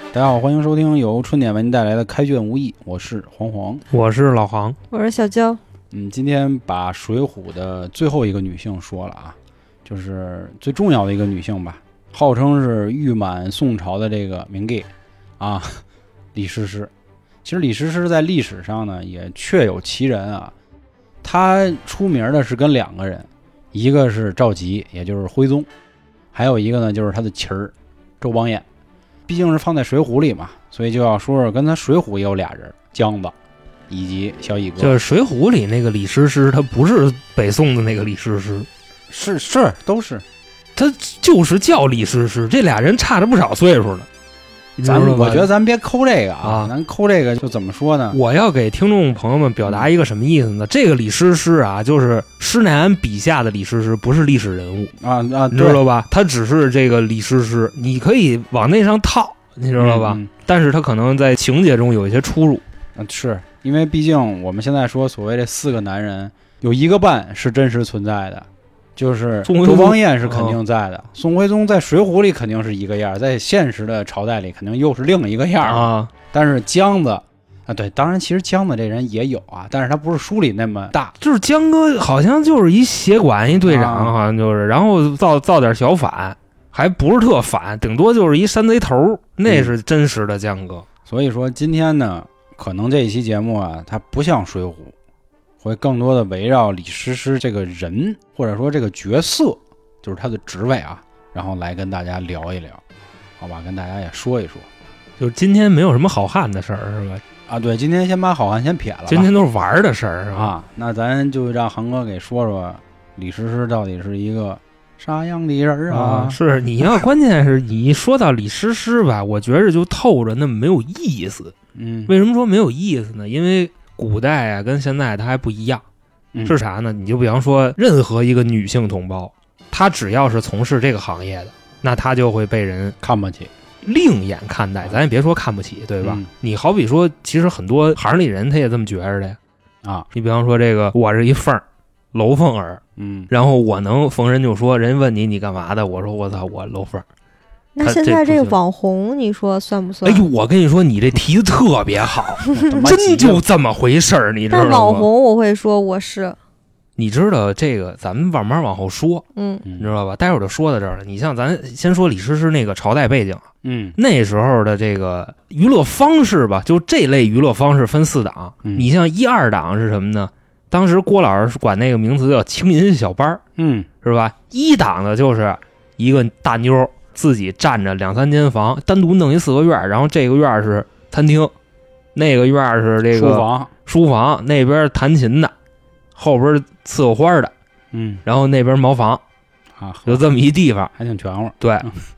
大家好，欢迎收听由春点为您带来的开卷无益，我是黄黄， 我是老杭， 我是小娇。 今天把水浒的最后一个女性说了啊，就是最重要的一个女性吧，号称是誉满宋朝的这个名妓啊，李师师。其实李师师在历史上呢也确有其人啊，她出名的是跟两个人，一个是赵佶，也就是徽宗，还有一个呢就是他的妻儿周邦彦。毕竟是放在水浒里嘛，所以就要说说跟他水浒也有俩人，姜子以及小乙哥。 就是水浒里那个李师师，他不是北宋的那个李师师， 是都是， 他就是叫李师师，这俩人差着不少岁数呢。 我觉得咱别抠这个啊，咱抠这个就怎么说呢？ 我要给听众朋友们表达一个什么意思呢？这个李师师啊，就是施耐庵笔下的李师师，不是历史人物啊， 你知道吧？他只是这个李师师，你可以往那上套，你知道吧？但是他可能在情节中有一些出入。 是因为毕竟我们现在说所谓这四个男人，有一个半是真实存在的。就是周邦彦是肯定在的，宋徽宗在水浒里肯定是一个样，在现实的朝代里肯定又是另一个样啊。 但是姜子啊，对，当然其实姜子这人也有啊，但是他不是书里那么大， 就是姜哥好像就是一协管一队长，好像就是，然后造点小反，还不是特反，顶多就是一山贼头，那是真实的姜哥。 所以说今天呢，可能这一期节目啊，它不像水浒。会更多的围绕李师师这个人，或者说这个角色，就是他的职位啊，然后来跟大家聊一聊，好吧，跟大家也说一说。 就是今天没有什么好汉的事儿，是吧？ 啊，对，今天先把好汉先撇了吧， 今天都是玩的事儿，是吧？ 啊，那咱就让航哥给说说李师师到底是一个啥样的人啊？ 是你要关键是你一说到李师师吧，我觉着就透着那么没有意思。为什么说没有意思呢？因为古代啊，跟现在它还不一样，是啥呢？你就比方说，任何一个女性同胞，她只要是从事这个行业的，那她就会被人看不起， 另眼看待。咱也别说看不起，对吧？你好比说，其实很多行里人他也这么觉着的呀。 啊， 你比方说这个，我是一凤儿，楼凤儿，然后我能逢人就说，人问你干嘛的，我说我操，我楼凤儿。 那现在这个网红，你说算不算？ 哎呦，我跟你说，你这提的特别好，真就这么回事儿，你知道吗？ 但网红我会说我是， 你知道这个，咱们慢慢往后说，你知道吧？待会儿就说到这儿了。你像咱先说李师师那个朝代背景，那时候的这个娱乐方式吧，就这类娱乐方式分4档，你像1、2档是什么呢？当时郭老师管那个名词叫青银小班，是吧？1档的就是一个大妞。自己占着2、3间房，单独弄一4个院，然后这个院是餐厅，那个院是这个书房，那边弹琴的，后边伺候花的，然后那边茅房啊， 有这么一地方， 还挺全乎。 对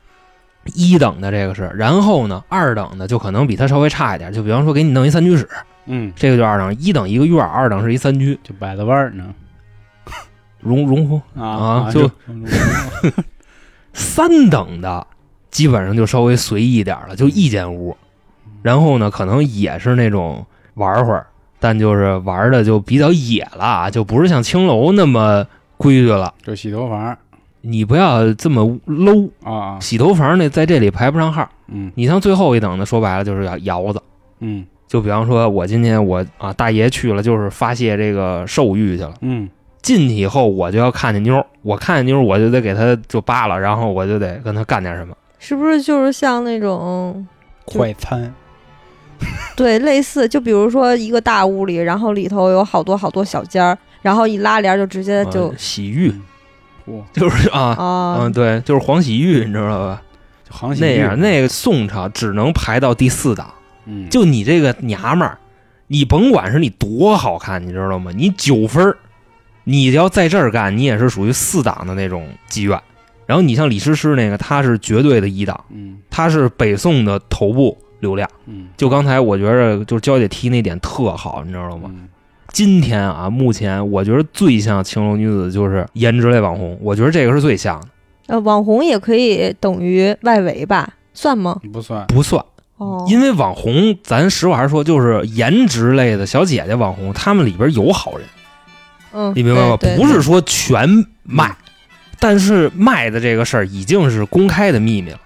，1等的这个是，然后呢，2等的就可能比它稍微差一点，就比方说给你弄一3居室，这个就2等，1等一个院，2等是一3居， 就摆在外呢， 荣丰啊，就。3等的基本上就稍微随意一点了，就1间屋，然后呢可能也是那种玩会儿，但就是玩的就比较野了，就不是像青楼那么规矩了。 就洗头房， 你不要这么 low 啊！ 洗头房那在这里排不上号。你像最后1等的，说白了就是要窑子。就比方说我今天我大爷去了，就是发泄这个兽欲去了。进去以后我就要看见妞，我看见妞我就得给他就扒了，然后我就得跟他干点什么。 是不是就是像那种快餐？ 对，类似，就比如说一个大屋里，然后里头有好多小间儿，然后一拉帘就直接就洗浴，就是对，就是黄洗浴，你知道吧？ 黄洗浴那样，那个宋朝只能排到第4档。就你这个娘们儿，你甭管是你多好看，你知道吗？你9分。你要在这儿干，你也是属于4档的那种妓院。然后你像李师师那个，他是绝对的1档，他是北宋的头部流量。就刚才我觉得就是娇姐提那点特好，你知道吗？今天啊，目前我觉得最像青楼女子就是颜值类网红，我觉得这个是最像的。 网红也可以等于外围吧？算吗？ 不算， 不算。因为网红，咱实话实说，就是颜值类的小姐姐网红，他们里边有好人。你明白吗？不是说全卖，但是卖的这个事儿已经是公开的秘密了。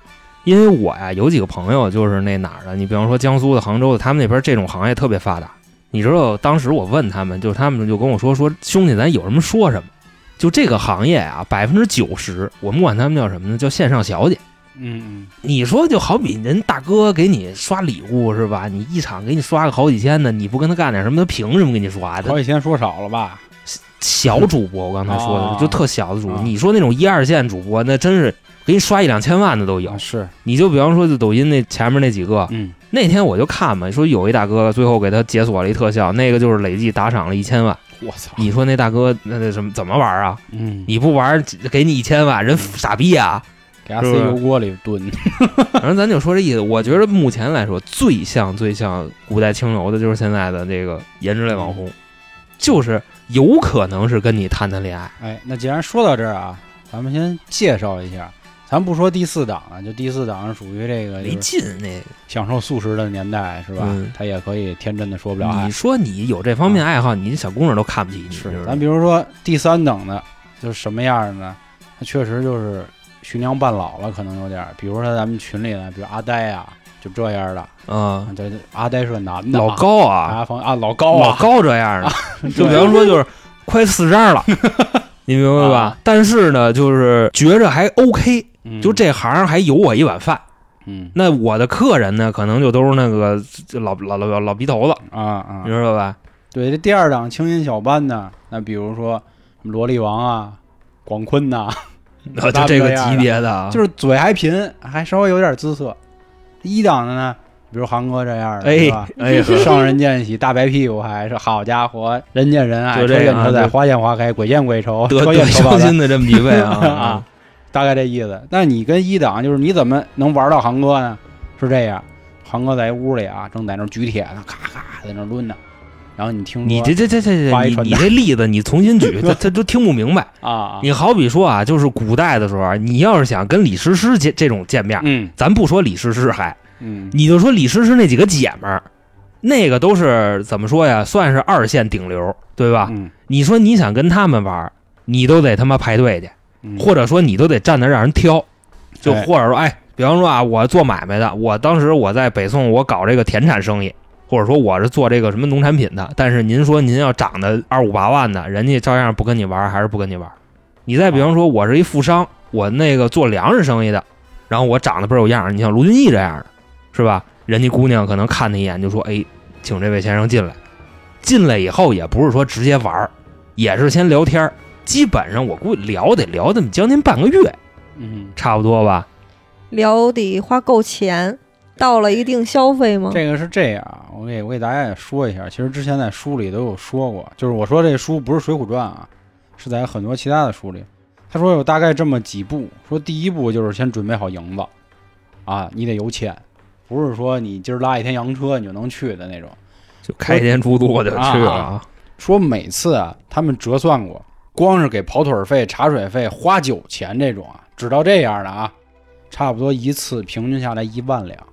因为我呀有几个朋友就是那哪儿的，你比方说江苏的、杭州的，他们那边这种行业特别发达。你知道当时我问他们，就他们就跟我说兄弟，咱有什么说什么。就这个行业啊，90%我们管他们叫什么呢？叫线上小姐。你说就好比人大哥给你刷礼物是吧？你一场给你刷个好几千的，你不跟他干点什么，他凭什么给你刷？ 好几千说少了吧？ 小主播，我刚才说的就特小的主播。你说那种1、2线主播，那真是给你刷1、2千万的都有。 是， 你就比方说就抖音那前面那几个，那天我就看嘛，说有一大哥最后给他解锁了一特效，那个就是累计打赏了1000万。 我操！ 你说那大哥那什么怎么玩啊？你不玩给你1000万，人傻逼啊！ 给他塞油锅里炖。 反正咱就说这意思。我觉得目前来说最像古代青楼的就是现在的这个颜值类网红，就是有可能是跟你谈恋爱。 哎，那既然说到这儿啊，咱们先介绍一下。咱不说第4档了，就第4档是属于这个没劲那个享受素食的年代是吧？他也可以天真的说不了爱。 你说你有这方面爱好，你小姑娘都看不起你。 是，咱比如说第3等的，就是什么样的呢？他确实就是徐娘半老了，可能有点。比如说咱们群里呢，比如阿呆啊，就这样的。这阿呆是个男的， 老高啊，老高啊， 老高这样的。就比方说就是快40了，你明白吧？但是呢，就是觉着还 OK。就这行还有我一碗饭，那我的客人呢，可能就都是那个老逼头子啊，你知道吧？ 对，这第2档清音小班呢，那比如说萝莉王啊、广坤呐， 就这个级别的， 就是嘴还贫，还稍微有点姿色。1档的呢，比如航哥这样的，是吧？上人见喜，大白屁股，还是好家伙，人见人爱，车见车载，花见花开，鬼见鬼愁， 得伤心的这么几位啊。 大概这意思。但你跟1档就是你怎么能玩到航哥呢？是这样，航哥在屋里啊，正在那举铁呢，咔咔在那抡呢。然后你听说你这例子你重新举，他都听不明白啊。你好比说啊，就是古代的时候，你要是想跟李师师这种见面，咱不说李师师你就说李师师那几个姐们儿，那个都是怎么说呀？算是2线顶流，对吧？你说你想跟他们玩，你都得他妈排队去。或者说你都得站那让人挑，就或者说比方说啊，我做买卖的，我当时我在北宋我搞这个田产生意，或者说我是做这个什么农产品的，但是您说您要涨的25、8万的，人家照样不跟你玩，还是不跟你玩。你再比方说我是一富商，我那个做粮食生意的，然后我长得倍儿有样，你像卢俊义这样的，是吧？人家姑娘可能看他一眼就说，请这位先生进来。进来以后也不是说直接玩，也是先聊天。基本上我估计聊得将近半个月，差不多吧。 聊得花够钱，到了一定消费吗？ 这个是这样，我给大家也说一下。其实之前在书里都有说过，就是我说这书不是《水浒传》啊，是在很多其他的书里。他说有大概这么几步，说第一步就是先准备好营子啊，你得有钱，不是说你今儿拉一天洋车你就能去的那种， 就开一天出租就去了。 说每次啊，他们折算过。光是给跑腿费、茶水费、花酒钱这种啊，直到这样的啊，差不多一次平均下来1万两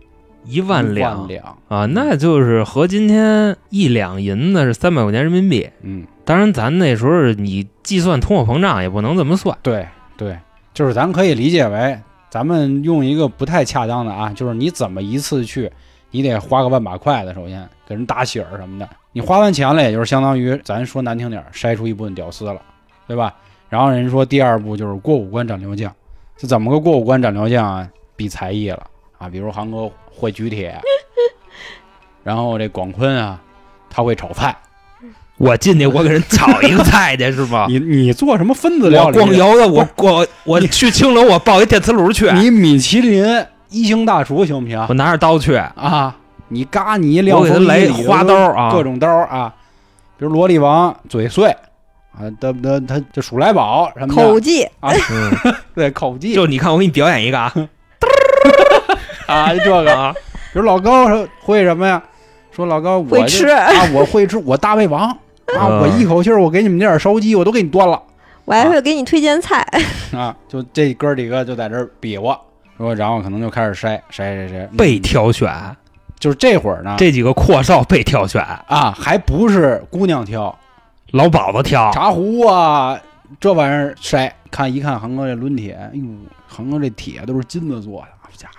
，1万两啊，那就是和今天1两银子是300块钱人民币。当然咱那时候你计算通货膨胀也不能这么算。 对，就是咱可以理解为，咱们用一个不太恰当的啊，就是你怎么一次去，你得花个1万把块的，首先给人打喜儿什么的。你花完钱了，也就是相当于咱说难听点，筛出一部分屌丝了，对吧？然后人说第2步就是过5关斩六将，这怎么个过5关斩六将啊？比才艺了啊，比如航哥会举铁，然后这广坤啊，他会炒菜。 我进去我给人炒一个菜去是吧？ 你做什么分子料理？ 光油的我去青楼我报一电磁炉去。 你米其林1星大厨行不行？ 我拿着刀去啊。你嘎你两， 我给他来花刀啊， 各种刀啊，比如萝莉王嘴碎啊，他这鼠来宝什么的口技啊，对口技， 就你看我给你表演一个啊， 啊这个啊，比如老高说会什么呀？说老高我会吃啊，我会吃，我大胃王啊，我一口气我给你们点烧鸡我都给你端了， 我还会给你推荐菜啊，就这哥几个就在这比划，说然后可能就开始筛被挑选。 就是这会儿呢， 这几个阔少被挑选啊，还不是姑娘挑， 老鸨子挑茶壶啊，这玩意儿筛，一看航哥这抡铁，哎呦，航哥这铁都是金子做的，家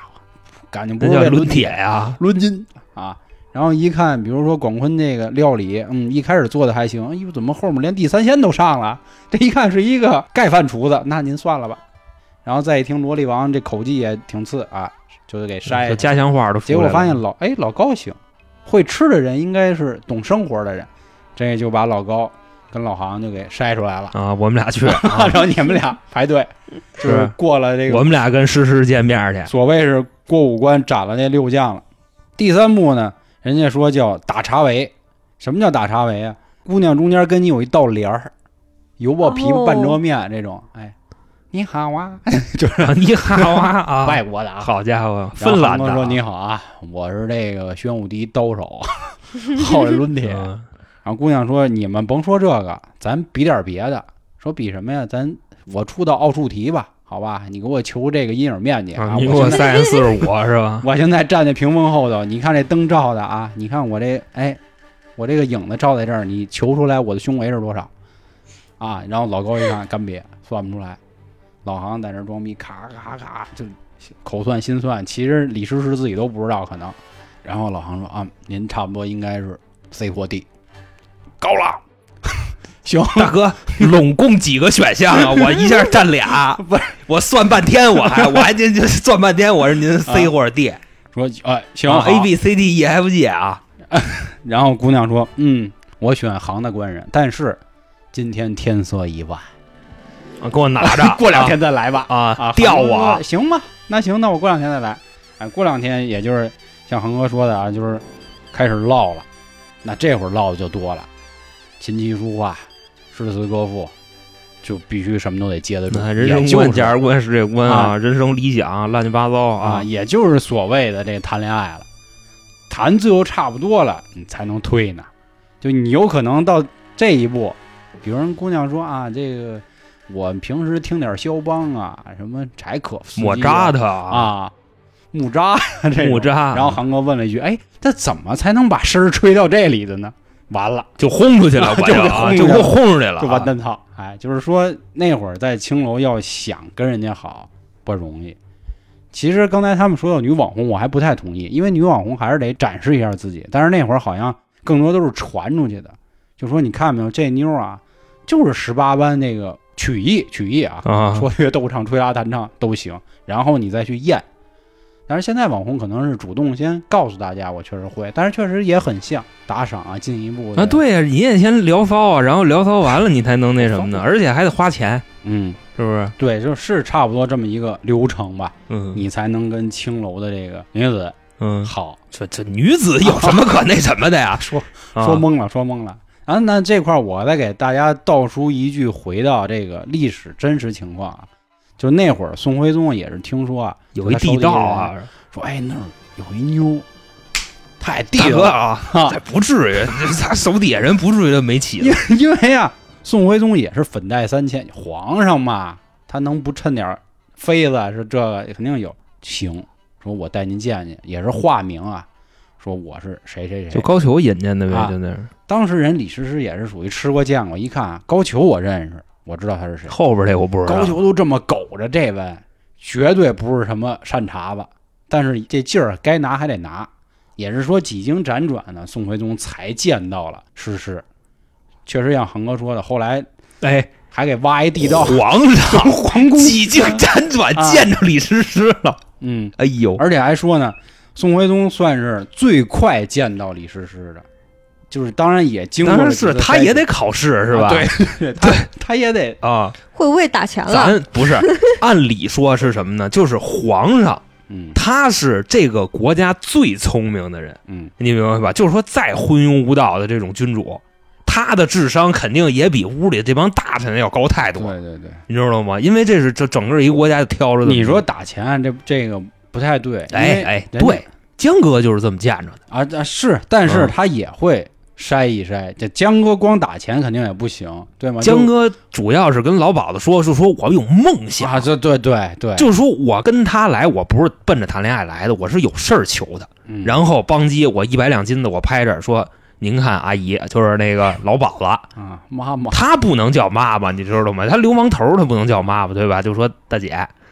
感情不是为抡铁呀， 抡金啊。然后一看，比如说广坤这个料理，一开始做的还行，哎呦，怎么后面连地三鲜都上了？这一看是一个盖饭厨子，那您算了吧。然后再一听萝莉王这口技也挺次啊，就给筛就家乡话都。 结果发现老高行，会吃的人应该是懂生活的人，这就把老高跟老杭就给筛出来了啊。我们俩去， 然后你们俩排队，就是过了这个， 我们俩跟诗诗见面去， 所谓是过五关斩了那6将了。第3步呢？人家说叫打茶围，什么叫打茶围啊？姑娘中间跟你有一道帘儿，油爆皮半遮面这种，哎，你好啊，就是你好啊， 外国的啊， 好家伙，芬兰的。 说你好啊，我是这个玄武第刀手，好这抡铁。然后姑娘说你们甭说这个，咱比点别的。说比什么呀？我出道奥数题吧。好吧，你给我求这个阴影面积啊！你给我345是吧？ 我现在站在屏风后头，你看这灯照的啊，你看我这我这个影子照在这儿，你求出来我的胸围是多少啊？然后老高一看干瘪，算不出来。老杭在那装逼，咔咔咔就口算心算，其实李师师自己都不知道可能。然后老杭说啊，您差不多应该是 C 或 D， 高了。行， 大哥，拢共几个选项啊？我一下占俩， 不是我算半天，我还就算半天，我是您 C 或者 D， 说行 ，A B C D E F G 啊。 然后姑娘说，我选杭的官人，但是今天天色已晚， 给我拿着， 过2天再来吧。 调我行吧？那行，那我过2天再来。过2天也就是像恒哥说的啊，就是开始唠了。那这会儿唠的就多了，琴棋书画。诗词歌赋，就必须什么都得接得住。 人生观、价值观、世界观啊，人生理想，乱七八糟啊， 也就是所谓的这谈恋爱了。谈最后差不多了，你才能推呢。就你有可能到这一步，比如人姑娘说啊，这个我平时听点肖邦啊，什么柴可夫斯基莫扎特啊， 木扎， 木扎。 然后韩哥问了一句：“哎，这怎么才能把声吹到这里的呢？”完了， 就轰出去了，就给我轰出去了， 就完蛋套。就是说那会儿在青楼要想跟人家好不容易。其实刚才他们说到女网红，我还不太同意，因为女网红还是得展示一下自己。但是那会儿好像更多都是传出去的，就说你看没有，这妞啊，就是18般那个曲艺啊，说乐逗唱、吹拉弹唱都行，然后你再去验。但是现在网红可能是主动先告诉大家我确实会，但是确实也很像打赏啊，进一步啊，对呀，你也先聊骚啊，然后聊骚完了你才能那什么呢，而且还得花钱，是不是？ 对，就是差不多这么一个流程吧，你才能跟青楼的这个女子，好， 这女子有什么可那什么的呀？ 说懵了啊！那这块我再给大家道出一句，回到这个历史真实情况啊。就那会儿，宋徽宗也是听说啊， 有一地道啊， 说那儿有一妞，太地道啊，这不至于，咱手底下人不至于没起的。 因为啊，宋徽宗也是粉黛3000，皇上嘛，他能不趁点妃子？是这个肯定有。行，说我带您见见，也是化名啊，说我是谁谁谁， 就高俅引荐的呗，就那是。 当时人李师师也是属于吃过见过，一看高俅我认识。我知道他是谁， 后边这我不知道。 高俅都这么苟着，这位绝对不是什么善茬子，但是这劲儿该拿还得拿。也是说几经辗转呢，宋徽宗才见到了诗诗。确实像恒哥说的，后来还给挖一地道， 皇宫几经辗转见着李师师了。哎呦， 而且还说呢，宋徽宗算是最快见到李师师的。就是当然也经过了， 是他也得考试是吧？ 对，他也得啊。 会不会打钱了？ 咱不是按理说是什么呢？就是皇上，他是这个国家最聪明的人，你明白吧？就是说再昏庸无道的这种君主，他的智商肯定也比屋里这帮大臣要高太多。 对， 你知道吗？因为这是这整个一个国家就挑着的。 你说打钱这个不太对， 对，江哥就是这么见着的啊，是，但是他也会。筛一筛，这江哥光打钱肯定也不行，对吗？ 江哥主要是跟老鸨子说，是说我有梦想啊，对， 就是说我跟他来，我不是奔着谈恋爱来的，我是有事儿求的。然后邦基我100两金子我拍着说，您看阿姨，就是那个老鸨子啊，妈妈， 他不能叫妈妈，你知道吗？他流氓头他不能叫妈妈，对吧？就说大姐，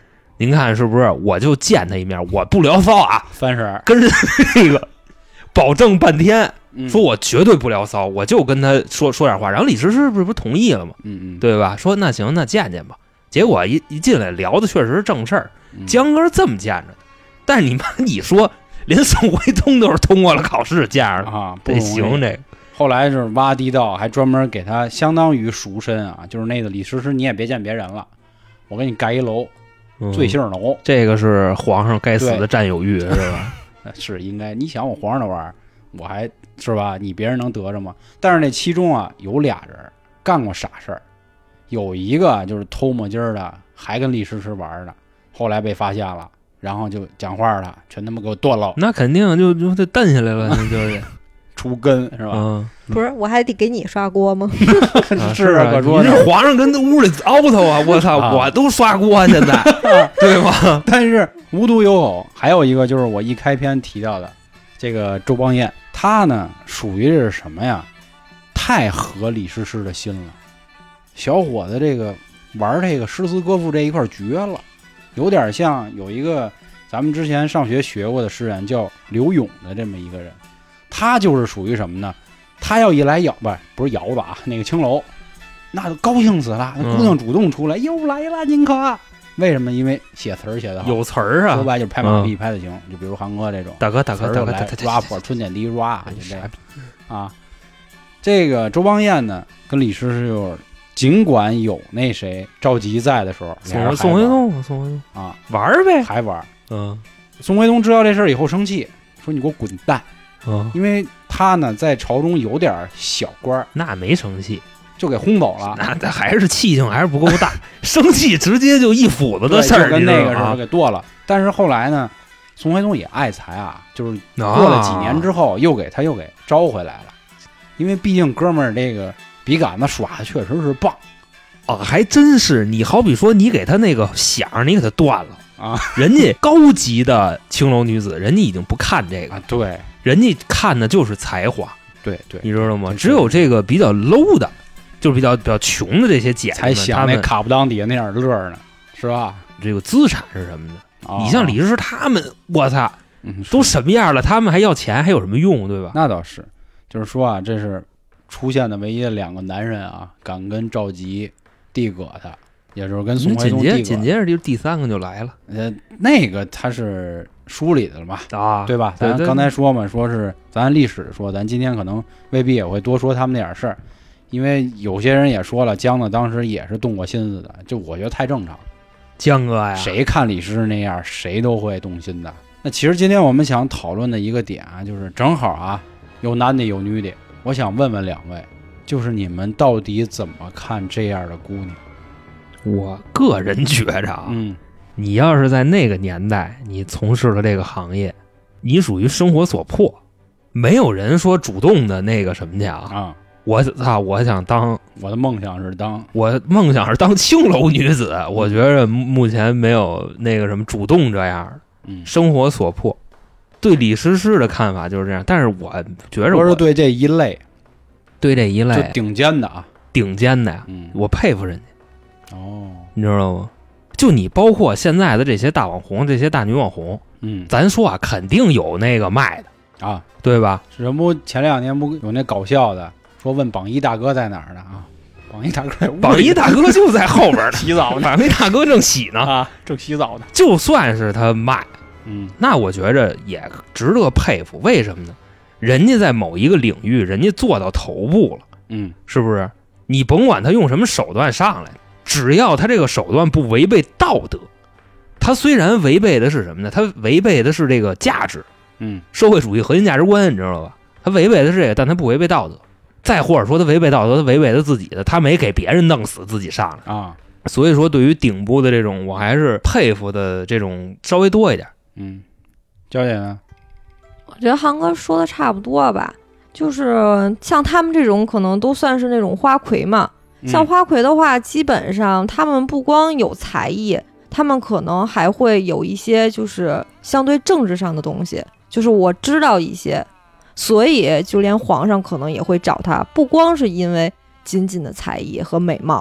您看是不是？我就见他一面，我不聊骚啊， 翻身跟人那个保证半天，说我绝对不聊骚，我就跟他说点话。然后李师师不是同意了吗？对吧？说那行，那见见吧。结果一进来聊的确实是正事儿，江哥这么见着的。但是你说连宋徽宗都是通过了考试见着啊， 得行这个。 后来就是挖地道，还专门给他相当于赎身啊，就是那个李师师你也别见别人了，我给你盖一楼，醉杏楼。 这个是皇上该死的占有欲是吧？ 是应该。你想我皇上的玩，我还是吧？你别人能得着吗？但是那其中啊有俩人干过傻事儿，有一个就是偷摸鸡儿的，还跟李师师玩呢，后来被发现了，然后就讲话了，全他妈给我断了。 那肯定就得蹬下来了，那就是除根是吧？ 不是，我还得给你刷锅吗？ 是啊，可说你这皇上跟屋里凹头啊！我操，我都刷锅现在，对吗？ 但是无独有偶，还有一个就是我一开篇提到的这个周邦彦，他呢属于是什么呀？太合李师师的心了。小伙子这个玩这个诗词歌赋这一块绝了，有点像有一个咱们之前上学学过的诗人叫刘永的这么一个人。他就是属于什么呢？他要一来不是摇吧啊，那个青楼，那就高兴死了。那姑娘主动出来，又来了您可？为什么？因为写词儿写的好， 有词儿啊。 说白就是拍马屁拍的行，就比如韩哥这种。 大哥， 来 rap 春点滴 rap 就这样啊。这个周邦彦呢，跟李师师就是尽管有那谁赵佶在的时候， 宋徽宗啊玩呗， 还玩。宋徽宗知道这事儿以后生气，说你给我滚蛋。因为他呢在朝中有点小官， 那没生气就给轰走了。 那还是气性还是不够大，生气直接就一斧子的事儿， 跟那个时候给剁了。但是后来呢，宋徽宗也爱才啊，就是过了几年之后又给招回来了。因为毕竟哥们儿这个笔杆子耍的确实是棒还真是。你好比说你给他那个响，你给他断了啊， 人家高级的青楼女子，人家已经不看这个对。 人家看的就是才华， 对， 你知道吗？只有这个比较 low 的，就是比较穷的这些姐姐才想那卡布裆底下那点乐呢，是吧？ 这个资产是什么呢？你像李师师他们，我操，都什么样了？他们还要钱，还有什么用，对吧？ 那倒是，就是说啊，这是出现的唯一的两个男人啊，敢跟赵佶递葛他，也就是跟宋徽宗递葛。 紧接着就第三个就来了， 那个他是书里的了嘛，对吧？咱刚才说嘛，说是咱历史说，咱今天可能未必也会多说他们那点事儿，因为有些人也说了，江子当时也是动过心思的，就我觉得太正常。 江哥呀， 谁看李师那样，谁都会动心的。那其实今天我们想讨论的一个点啊，就是正好啊，有男的有女的，我想问问两位，就是你们到底怎么看这样的姑娘？ 我个人觉着啊，你要是在那个年代，你从事了这个行业，你属于生活所迫，没有人说主动的那个什么去啊。我想当，我的梦想是当青楼女子。我觉着目前没有那个什么主动这样的，生活所迫。对李师师的看法就是这样，但是我觉着我是对这一类， 就顶尖的呀，我佩服人家。你知道吗？就你包括现在的这些大网红，这些大女网红，咱说啊，肯定有那个卖的啊， 对吧？ 人不前两年不有那搞笑的，说问榜一大哥在哪儿呢啊？榜一大哥就在后边呢， 洗澡呢。 榜一大哥正洗呢啊，正洗澡呢。 就算是他卖，那我觉着也值得佩服。为什么呢？人家在某一个领域，人家做到头部了，是不是？你甭管他用什么手段上来。只要他这个手段不违背道德，他虽然违背的是什么呢？他违背的是这个价值，社会主义核心价值观，你知道吧？他违背的是这个，但他不违背道德。再或者说他违背道德，他违背了自己的，他没给别人弄死自己上来啊。 所以说，对于顶部的这种，我还是佩服的这种稍微多一点。 娇姐呢？ 我觉得航哥说的差不多吧，就是像他们这种，可能都算是那种花魁嘛。像花魁的话，基本上他们不光有才艺，他们可能还会有一些就是相对政治上的东西，就是我知道一些，所以就连皇上可能也会找他，不光是因为仅仅的才艺和美貌，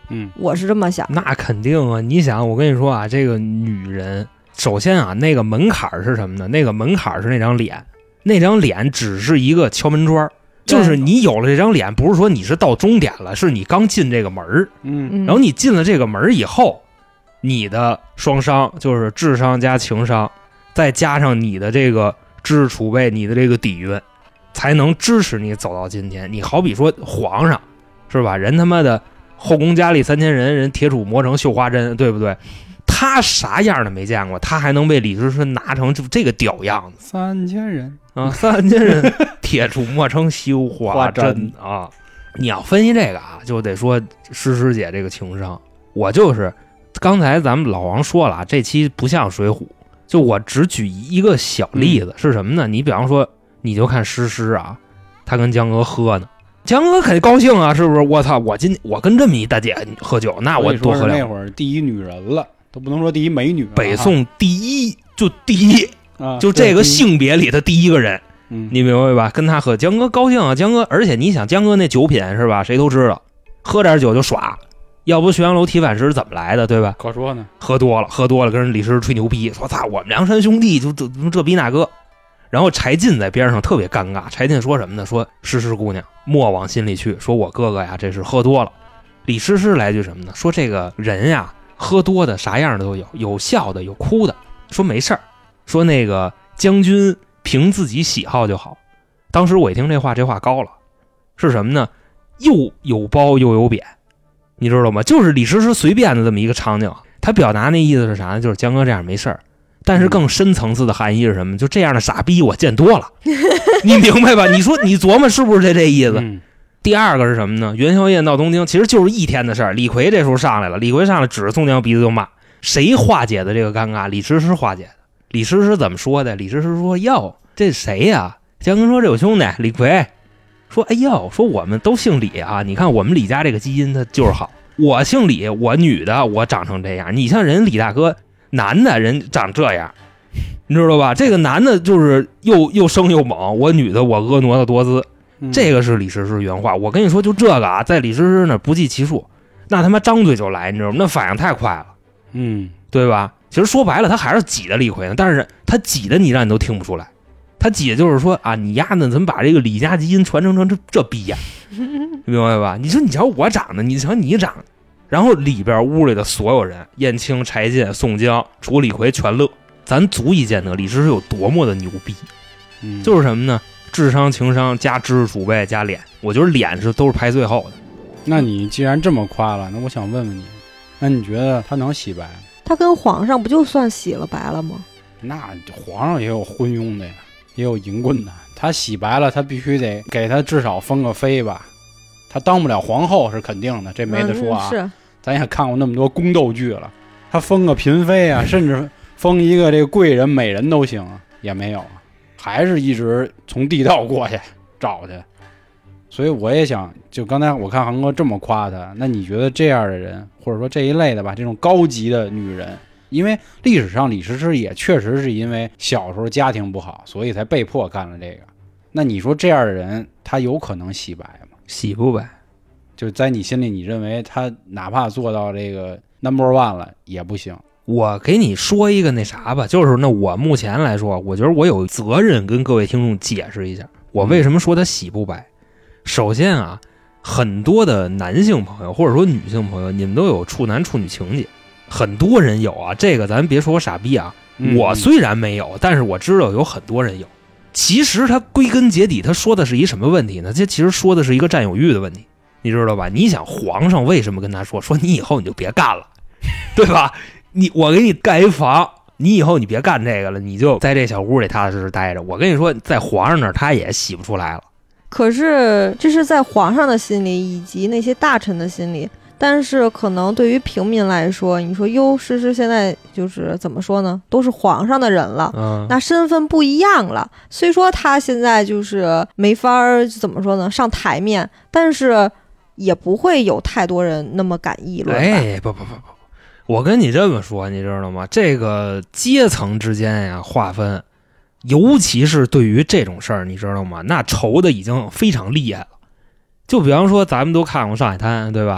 我是这么想。 那肯定啊，你想，我跟你说啊，这个女人，首先啊，那个门槛是什么呢？那个门槛是那张脸，那张脸只是一个敲门砖，就是你有了这张脸，不是说你是到终点了，是你刚进这个门然后你进了这个门以后，你的双商就是智商加情商，再加上你的这个知识储备，你的这个底蕴，才能支持你走到今天。你好比说皇上是吧，人他妈的后宫佳丽3000人，人铁杵磨成绣花针，对不对？他啥样的没见过，他还能被李师师拿成这个屌样子 ？3000人啊，3000人铁杵磨成绣花针啊！你要分析这个啊，就得说诗诗姐这个情商。我就是刚才咱们老王说了，这期不像水浒，就我只举一个小例子，是什么呢？你比方说，你就看诗诗啊，他跟江哥喝呢，江哥肯定高兴啊，是不是？我操，我跟这么一大姐喝酒，那我多喝两。 那会儿第一女人了，都不能说第一美女， 北宋第一就第一啊，就这个性别里的第一个人。你明白吧？跟他喝，江哥高兴啊，江哥，而且你想，江哥那酒品是吧？谁都知道，喝点酒就耍，要不旋阳楼铁板石怎么来的，对吧？ 可说呢， 喝多了，跟人李师吹牛逼，说操，我们梁山兄弟就这逼那个。然后柴进在边上特别尴尬，柴进说什么呢？说诗诗姑娘莫往心里去，说我哥哥呀，这是喝多了。李诗诗来句什么呢？说这个人呀，喝多的啥样的都有，有笑的，有哭的。说没事儿，说那个将军凭自己喜好就好。当时我一听这话高了，是什么呢？又有褒又有贬，你知道吗？就是李诗诗随便的这么一个场景，他表达那意思是啥呢？就是江哥这样没事儿。但是更深层次的含义是什么？就这样的傻逼我见多了，你明白吧？你说你琢磨是不是这意思？第二个是什么呢？元宵夜闹东京其实就是一天的事儿。李逵这时候上来了，李逵上来指着宋江鼻子就骂，谁化解的这个尴尬？李师师化解的。李师师怎么说的？李师师说：“哟，这谁呀？”江哥说：“这有兄弟李逵。”说：“哎呦，说我们都姓李啊！你看我们李家这个基因它就是好。我姓李，我女的，我长成这样。你像人李大哥。”男的人长这样，你知道吧？这个男的就是又生又猛，我女的我婀娜的多姿，这个是李师师原话。我跟你说，就这个啊，在李师师那不计其数，那他妈张嘴就来，你知道吗？那反应太快了，对吧？其实说白了，他还是挤的李逵呢，但是他挤的你让你都听不出来，他挤的就是说啊，你丫呢怎么把这个李家基因传承成这逼呀？明白吧？你说你瞧我长得，你瞧你长得。然后里边屋里的所有人，燕青、柴进、宋江，除李逵全乐，咱足以见得李师师有多么的牛逼。就是什么呢？智商、情商加知识储备加脸，我觉得脸都是排最后的。 那你既然这么夸了，那我想问问你，那你觉得他能洗白吗？ 他跟皇上不就算洗了白了吗？ 那皇上也有昏庸的呀，也有淫棍的。他洗白了，他必须得给他至少封个妃吧。他当不了皇后是肯定的，这没得说啊。 是。 咱也看过那么多宫斗剧了，他封个嫔妃啊，甚至封一个这个贵人美人都行，也没有，还是一直从地道过去找去。所以我也想，就刚才我看航哥这么夸他，那你觉得这样的人，或者说这一类的吧，这种高级的女人，因为历史上李师师也确实是因为小时候家庭不好，所以才被迫干了这个。那你说这样的人，他有可能洗白吗？ 洗不白。 就在你心里，你认为他哪怕做到这个 No.1 了也不行。 我给你说一个那啥吧，就是那我目前来说，我觉得我有责任跟各位听众解释一下，我为什么说他洗不白。首先啊，很多的男性朋友或者说女性朋友，你们都有处男处女情节，很多人有啊。这个咱别说我傻逼啊，我虽然没有，但是我知道有很多人有。其实他归根结底，他说的是一什么问题呢？这其实说的是一个占有欲的问题。你知道吧？你想皇上为什么跟他说你以后你就别干了，对吧？我给你盖一房，你以后你别干这个了，你就在这小屋里踏踏实实待着。我跟你说，在皇上那儿他也洗不出来了。 可是这是在皇上的心里以及那些大臣的心里，但是可能对于平民来说，你说哟，诗诗现在就是怎么说呢？都是皇上的人了，那身份不一样了。虽说他现在就是没法怎么说呢，上台面，但是也不会有太多人那么敢议论。 哎，不，我跟你这么说，你知道吗？这个阶层之间呀划分，尤其是对于这种事儿，你知道吗？那仇的已经非常厉害了。就比方说，咱们都看过《上海滩》，对吧？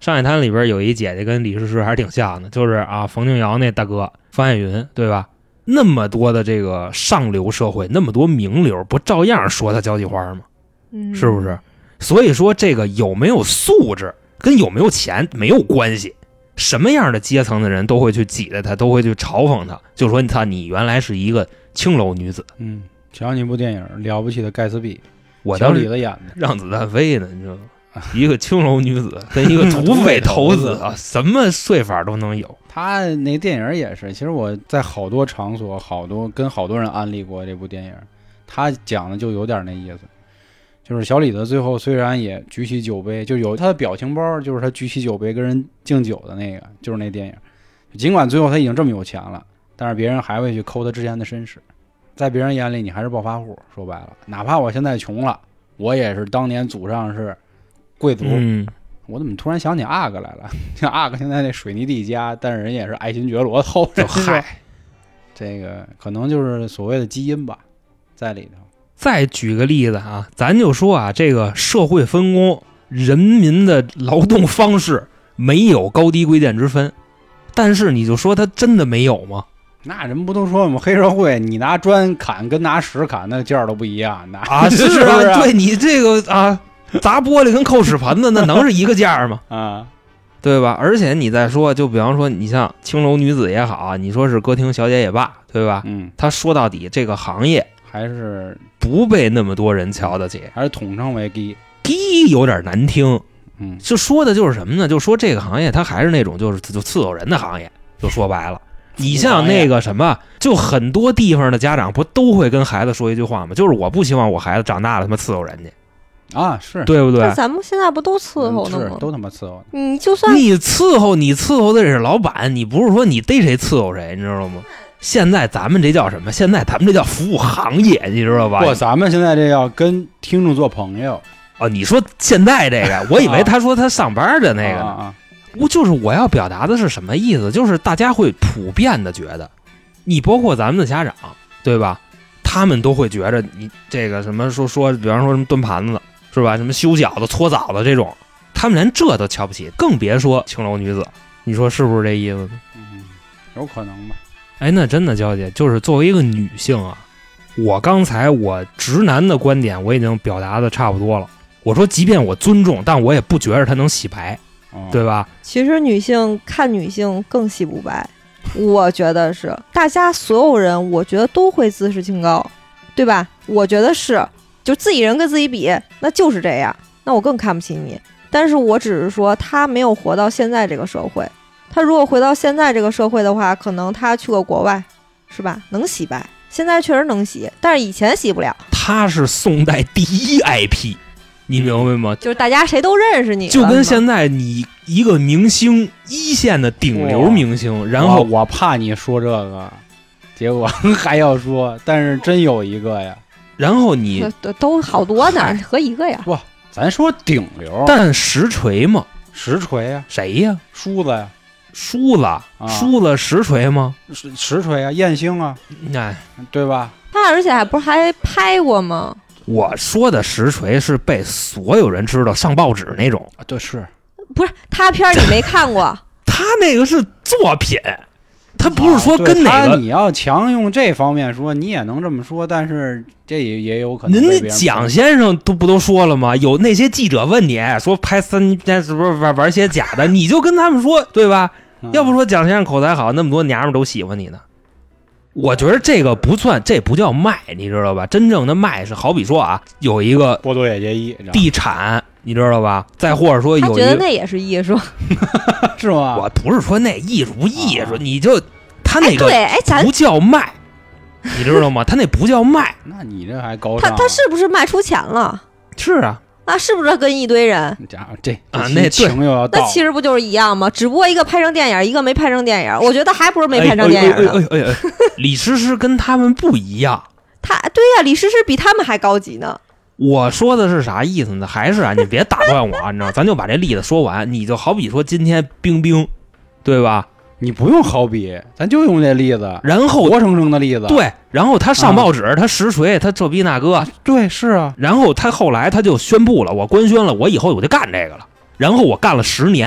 上海滩里边有一姐姐跟李师师还是挺像的，就是啊，冯敬尧那大哥方艳云，对吧？那么多的这个上流社会，那么多名流，不照样说他交际花吗？是不是？所以说这个有没有素质跟有没有钱没有关系，什么样的阶层的人都会去挤着他，都会去嘲讽他，就说你原来是一个青楼女子。 瞧你部电影《了不起的盖茨比》， 我小李子演的， 让子弹飞呢，你知道吗？一个青楼女子跟一个土匪头子啊，什么睡法都能有。 他那电影也是，其实我在好多场所、跟好多人安利过这部电影，他讲的就有点那意思。就是小李子最后虽然也举起酒杯，就有他的表情包，就是他举起酒杯跟人敬酒的那个，就是那电影。尽管最后他已经这么有钱了，但是别人还会去抠他之前的身世，在别人眼里你还是暴发户。说白了，哪怕我现在穷了，我也是当年祖上是贵族。我怎么突然想起阿哥来了？像阿哥现在那水泥地家，但是人也是爱新觉罗的后人。 嗨， 这个可能就是所谓的基因吧，在里头。 再举个例子啊，咱就说啊，这个社会分工，人民的劳动方式没有高低贵贱之分，但是你就说它真的没有吗？ 那人不都说我们黑社会，你拿砖砍跟拿石砍那劲儿都不一样，那啊是啊，对你这个啊，砸玻璃跟扣屎盆子那能是一个价吗？ 啊， 对吧？而且你再说，就比方说你像青楼女子也好，你说是歌厅小姐也罢，对吧？他说到底这个行业还是不被那么多人瞧得起， 还是统称为低有点难听。就说的就是什么呢？就说这个行业它还是那种就伺候人的行业，就说白了。你像那个什么，就很多地方的家长不都会跟孩子说一句话吗？就是我不希望我孩子长大了他妈伺候人家啊，是对不对？ 咱们现在不都伺候呢吗？ 都他妈伺候。 你就算你伺候的是老板，你不是说你逮谁伺候谁，你知道吗？现在咱们这叫什么？现在咱们这叫服务行业，你知道吧？ 不，咱们现在这要跟听众做朋友。 哦，你说现在这个，我以为他说他上班的那个呢。我要表达的是什么意思？就是大家会普遍的觉得，你包括咱们的家长，对吧？他们都会觉着你这个什么说，比方说什么端盘子是吧？什么修饺子、搓澡的这种，他们连这都瞧不起，更别说青楼女子。你说是不是这意思呢？ 有可能吧。 哎，那真的娇姐，就是作为一个女性啊，我刚才我直男的观点我已经表达的差不多了。我说，即便我尊重，但我也不觉得她能洗白，对吧？ 其实女性看女性更洗不白，我觉得是大家所有人，我觉得都会自视清高，对吧？我觉得是，就自己人跟自己比，那就是这样，那我更看不起你。但是我只是说，他没有活到现在这个社会。他如果回到现在这个社会的话，可能他去过国外，是吧？能洗白，现在确实能洗，但是以前洗不了。 他是宋代第一 IP， 你明白吗？ 就是大家谁都认识你， 就跟现在你一个明星，一线的顶流明星，然后我怕你说这个，结果还要说，但是真有一个呀。 然后你都好多呢，和一个呀。 不，咱说顶流， 但实锤吗？ 实锤呀， 谁呀？ 梳子呀。 梳子实锤吗？ 实锤啊，艳星啊，对吧？ 他而且还拍过吗？ 我说的实锤是被所有人知道上报纸那种。 对，是不是他片你没看过？ 他那个是作品，他不是说跟哪个。 你要强用这方面说，你也能这么说，但是这也有可能。 您那蒋先生不都说了吗？有那些记者问你说拍3天是不是玩些假的，你就跟他们说，对吧？要不说蒋先生口才好，那么多娘们都喜欢你呢。我觉得这个不算，这不叫卖，你知道吧？真正的卖是好比说啊，有一个波多野结衣地产，你知道吧？再或者说有一个，他觉得那也是艺术， 是吗？ 我不是说那艺术不艺术，你就他那个咱不叫卖，你知道吗？他那不叫卖。 那你这还高尚？ 他是不是卖出钱了？ 是啊。 那是不是跟一堆人？ 那情又要到， 那其实不就是一样吗？只不过一个拍成电影，一个没拍成电影。我觉得还不是没拍成电影呢。 李诗诗跟他们不一样。 对呀，李诗诗比他们还高级呢。 我说的是啥意思呢？还是你别打断我，你知道？咱就把这例子说完。你就好比说今天冰冰，对吧？ 你不用好比，咱就用这例子， 然后活生生的例子。 对，然后他上报纸，他实锤，他这逼那个， 对，是啊。 然后他后来他就宣布了，我官宣了，我以后我就干这个了。然后我干了10年，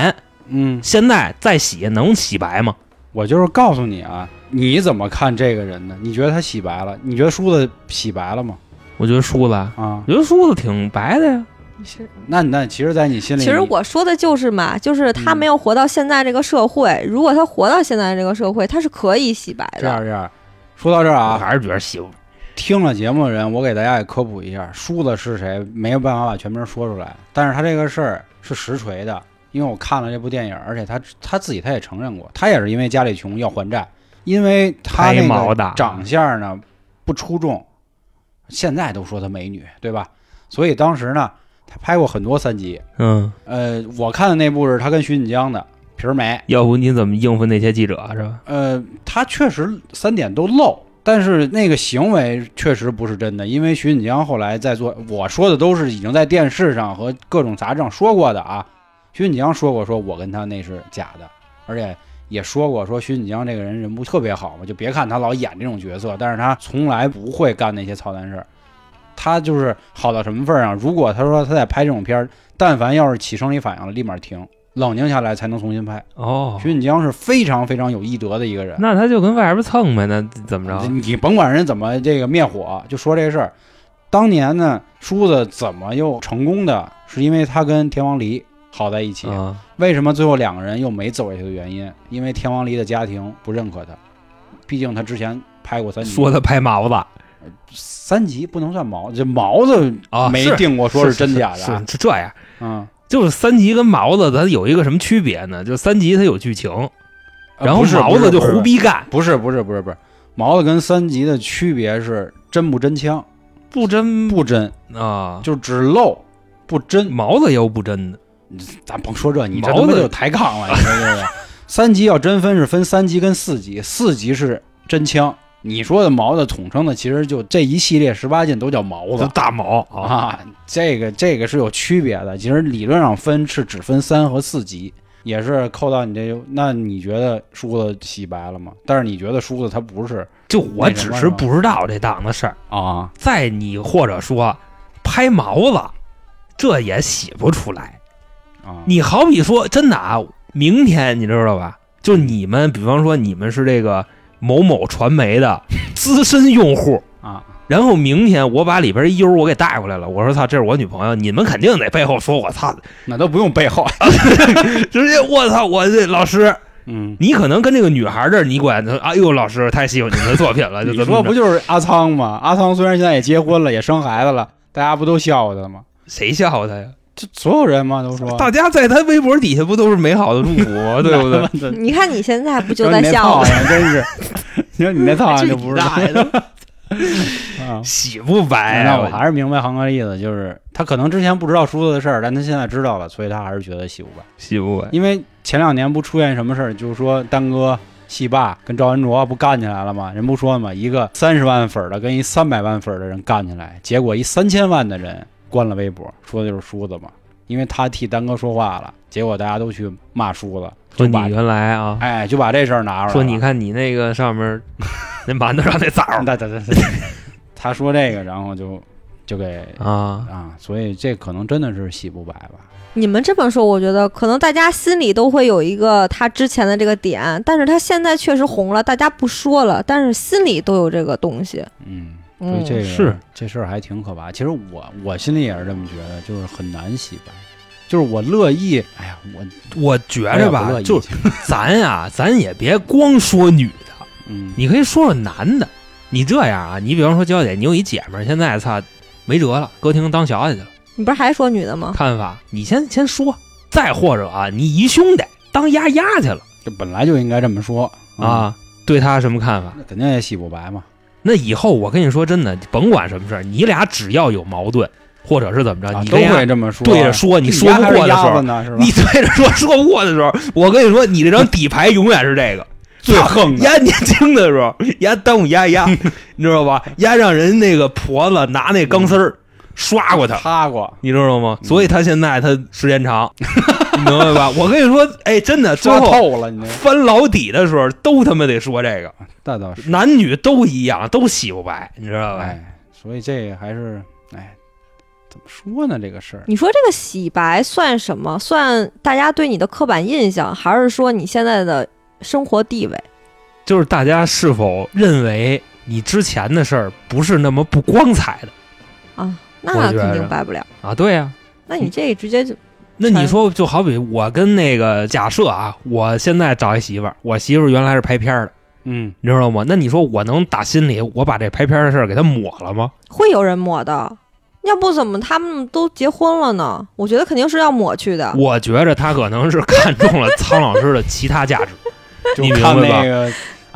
现在再洗能洗白吗？ 我就是告诉你啊，你怎么看这个人呢？你觉得他洗白了？你觉得梳子洗白了吗？ 我觉得梳子啊，我觉得梳子挺白的呀。 是， 那其实，在你心里， 其实我说的就是嘛，就是他没有活到现在这个社会。如果他活到现在这个社会，他是可以洗白的。 这样，说到这儿啊， 我还是觉得洗不。 听了节目的人，我给大家也科普一下，梳子是谁，没有办法把全名说出来，但是他这个事儿是实锤的，因为我看了这部电影，而且他自己也承认过，他也是因为家里穷要还债，因为他那个长相呢不出众，现在都说她美女，对吧？所以当时呢，他拍过很多3集。我看的那部是他跟徐锦江的皮儿美。 要不你怎么应付那些记者是吧？ 他确实3点都漏，但是那个行为确实不是真的，因为徐锦江后来在做，我说的都是已经在电视上和各种杂志上说过的啊。徐锦江说过，说我跟他那是假的，而且也说过，说徐锦江这个人不特别好嘛，就别看他老演这种角色，但是他从来不会干那些操蛋事儿。他就是好到什么份上？如果他说他在拍这种片，但凡要是起生理反应了，立马停，冷静下来才能重新拍。徐锦江是非常非常有医德的一个人。 那他就跟外边蹭呗，那怎么着？ 你甭管人怎么这个灭火，就说这事儿。当年呢，梳子怎么又成功的，是因为他跟田王黎好在一起。为什么最后2个人又没走下去的原因？因为田王黎的家庭不认可他，毕竟他之前拍过3集， 说他拍毛子。 3集不能算毛，这毛子没定过说是真假的。 是这样，就是3集跟毛子它有一个什么区别呢？就3集它有剧情，然后毛子就胡逼干。 不是，毛子跟3集的区别是真不真枪，不真啊， 就只露不真。 毛子也有不真的， 咱甭说这，你这他妈就抬杠了。你说这个3集要真分是分3集跟4集，4集是真枪。你说的毛子统称的其实就这一系列18禁都叫毛子， 大毛啊，这个是有区别的。其实理论上分是只分3和4集，也是扣到你这。那你觉得梳子洗白了吗？但是你觉得梳子他不是？ 就我只是不知道这档子事儿啊。 再你或者说拍毛子，这也洗不出来啊。 你好比说真的啊，明天你知道吧？就你们，比方说你们是这个某某传媒的资深用户啊， 然后明天我把里边一优我给带回来了，我说操，这是我女朋友，你们肯定得背后说我操， 那都不用背后， 直接我操，我这老师，你可能跟这个女孩这儿你管她，哎呦老师太喜欢你们的作品了，就你说不就是阿仓吗？阿仓虽然现在也结婚了，也生孩子了，大家不都笑话他吗？ 谁笑话他呀？ 这所有人嘛都说， 大家在他微博底下不都是美好的祝福吗？对不对？ 你看你现在不就在笑吗？ 真是，你说你那套就不是洗不白。 那我还是明白航哥的意思，就是他可能之前不知道梳子的事儿，但他现在知道了，所以他还是觉得洗不白。 洗不白， 因为前2年不出现什么事儿，就是说丹哥戏霸跟赵文卓不干起来了吗？人不说嘛，一个30万粉的跟一300万粉的人干起来，结果一3000万的人关了微博，说的就是梳子嘛，因为他替丹哥说话了，结果大家都去骂梳子， 说你原来啊， 哎，就把这事儿拿出来了， 说你看你那个上面那馒头上那枣， 他说这个，然后就给所以这可能真的是洗不白吧。 你们这么说，我觉得可能大家心里都会有一个他之前的这个点，但是他现在确实红了，大家不说了，但是心里都有这个东西。 所以这个这事儿还挺可怕。其实我心里也是这么觉得，就是很难洗白。就是我乐意，哎呀， 我觉着吧，就咱也别光说女的，你可以说说男的。你这样啊，你比方说娇姐，你有一姐们儿，现在操没辙了，歌厅当小姐去了。 你不是还说女的吗？ 看法，你先说。再或者啊，你姨兄弟当丫去了， 这本来就应该这么说啊。对他什么看法？ 那肯定也洗不白嘛。 那以后我跟你说真的，甭管什么事儿，你俩只要有矛盾，或者是怎么着，你都会这么说。 对着说，你说不过的时候，你对着说不过的时候，我跟你说，你这张底牌永远是这个最横的。 丫年轻的时候，丫耽误丫，你知道吧？丫让人那个婆子拿那钢丝儿刷过他， 擦过， 你知道吗？所以他现在他时间长，你明白吧？我跟你说，哎，真的， 刷透了，你翻老底的时候都他妈得说这个。 那倒是， 男女都一样，都洗不白，你知道吧？ 哎，所以这还是怎么说呢？这个事儿， 你说这个洗白算什么？算大家对你的刻板印象，还是说你现在的生活地位？ 就是大家是否认为你之前的事儿不是那么不光彩的啊？那肯定白不了啊！对呀、 那你这直接就…… 那你说就好比我跟那个假设啊，我现在找一媳妇儿，我媳妇儿原来是拍片的，你知道吗？那你说我能打心里我把这拍片的事儿给她抹了吗？ 会有人抹的。要不怎么他们都结婚了呢？我觉得肯定是要抹去的。 我觉着他可能是看中了苍老师的其他价值， 你明白吧？那个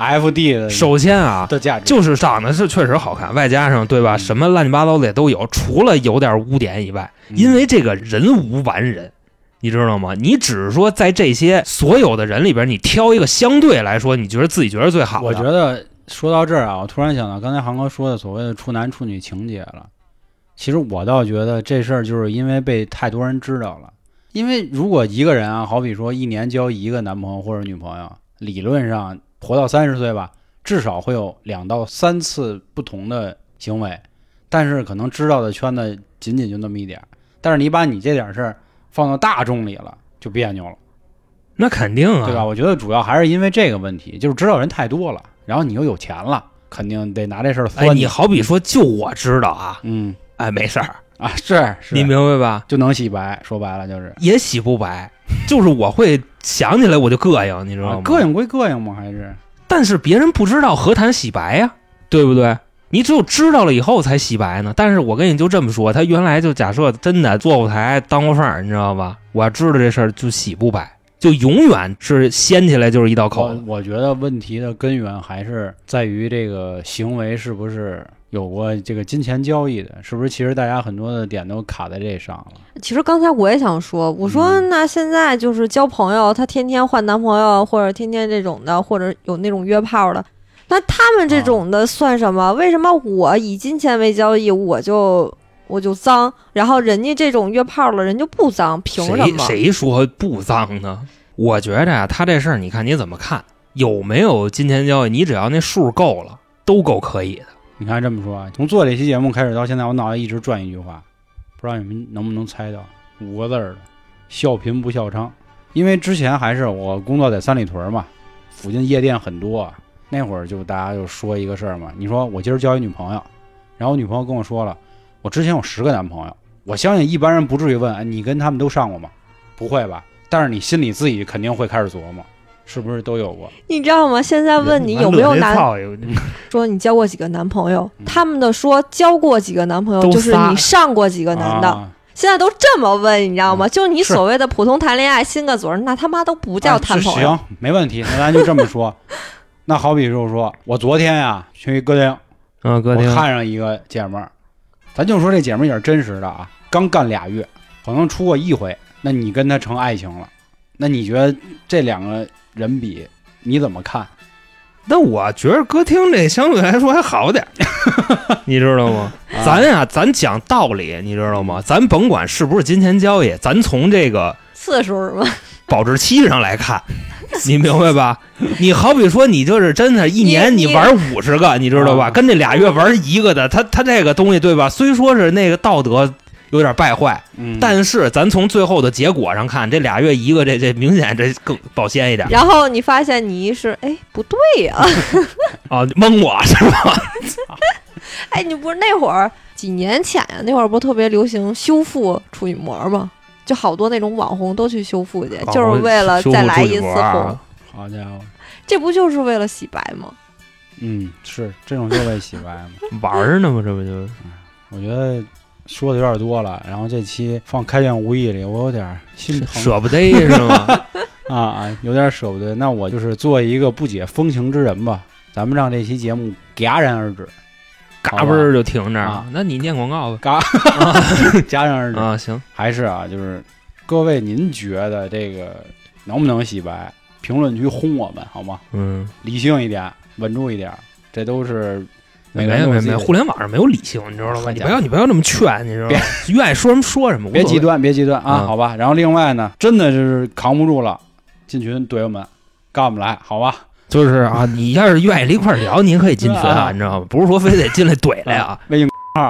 FD 的， 首先啊的价值就是长得是确实好看，外加上对吧，什么乱七八糟的也都有，除了有点污点以外，因为这个人无完人，你知道吗？你只是说在这些所有的人里边，你挑一个相对来说你觉得自己觉得最好的。 我觉得说到这儿啊，我突然想到刚才航哥说的所谓的处男处女情节了。其实我倒觉得这事儿就是因为被太多人知道了。因为如果一个人啊，好比说一年交一个男朋友或者女朋友，理论上活到30岁吧，至少会有2到3次不同的行为，但是可能知道的圈子仅仅就那么一点。但是你把你这点事儿放到大众里了，就别扭了。 那肯定啊， 对吧？我觉得主要还是因为这个问题，就是知道人太多了，然后你又有钱了，肯定得拿这事儿酸。 你好比说就我知道啊，没事儿啊，是你明白吧？ 就能洗白，说白了就是也洗不白，就是我会想起来我就膈应，你知道吗？ 膈应归膈应嘛，还是， 但是别人不知道何谈洗白呀，对不对？你只有知道了以后才洗白呢。但是我跟你就这么说，他原来就假设真的坐舞台当过范儿，你知道吧？我要知道这事儿就洗不白，就永远是掀起来就是一道口子。 我觉得问题的根源还是在于这个行为是不是有过这个金钱交易的，是不是？其实大家很多的点都卡在这上了。 其实刚才我也想说，我说那现在就是交朋友，他天天换男朋友，或者天天这种的，或者有那种约炮的，那他们这种的算什么？为什么我以金钱为交易，我就脏，然后人家这种约炮了，人就不脏，凭什么？ 谁说不脏呢？我觉着啊，他这事儿你看你怎么看？有没有金钱交易？你只要那数够了，都够可以的。 你看这么说啊，从做这期节目开始到现在，我脑袋一直转一句话，不知道你们能不能猜到5个字的：笑贫不笑娼。因为之前还是我工作在三里屯嘛，附近夜店很多啊。那会儿就大家就说一个事儿嘛，你说我今儿交一女朋友，然后我女朋友跟我说了，我之前有10个男朋友。我相信一般人不至于问，你跟他们都上过吗？不会吧？但是你心里自己肯定会开始琢磨，是不是都有过？ 你知道吗？现在问你有没有说你交过几个男朋友，他们的说交过几个男朋友就是你上过几个男的。现在都这么问，你知道吗？就你所谓的普通谈恋爱亲个嘴，那他妈都不叫谈朋友。 行，没问题，那咱就这么说。那好比就是说我昨天呀去歌厅， 歌厅我看上一个姐们儿，咱就说这姐们儿也是真实的啊，刚干2月，可能出过1回，那你跟她成爱情了，那你觉得这2个人比你怎么看？ 那我觉得歌厅这相对来说还好点你知道吗？咱讲道理，你知道吗？咱甭管是不是金钱交易，咱从这个次数是吗？ 保质期上来看，你明白吧？你好比说你就是真的一年你玩50个，你知道吧？跟这2月玩1个的，他这个东西对吧？虽说是那个道德有点败坏，但是咱从最后的结果上看，这2月1个，这明显这更保鲜一点。 然后你发现你是不对呀、 啊，蒙我是吧？ 你不是那会儿几年前呀？那会儿不特别流行修复处女膜吗？就好多那种网红都去修复去，就是为了再来一次红。 好家伙， 这不就是为了洗白吗？ 是这种就为洗白嘛， 玩呢吗？这不就是？ 我觉得说的有点多了，然后这期放开卷无益里，我有点心疼， 舍不得是吗？ 有点舍不得。那我就是做一个不解风情之人吧，咱们让这期节目戛然而止。 嘎嘣儿就停这儿那你念广告吧。 戛然而止啊，行。 还是就是各位，您觉得这个能不能洗白？评论区轰我们好吗？理性一点，稳住一点，这都是没，互联网上没有理性，你知道吗？你不要那么劝，你知道吗？愿意说什么说什么， 别极端啊，好吧。然后另外呢，真的是扛不住了，进群怼我们，干我们来，好吧？ 就是啊，你要是愿意一块聊，您可以进群啊，你知道吗？不是说非得进来怼来啊。 微信号啊，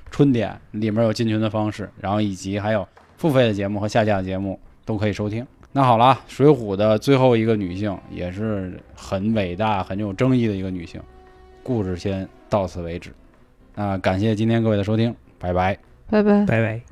春点里面有进群的方式，然后以及还有付费的节目和下架的节目都可以收听。那好了，水浒的最后一个女性，也是很伟大很有争议的一个女性，故事先到此为止。那感谢今天各位的收听，拜拜， 拜拜， 拜拜。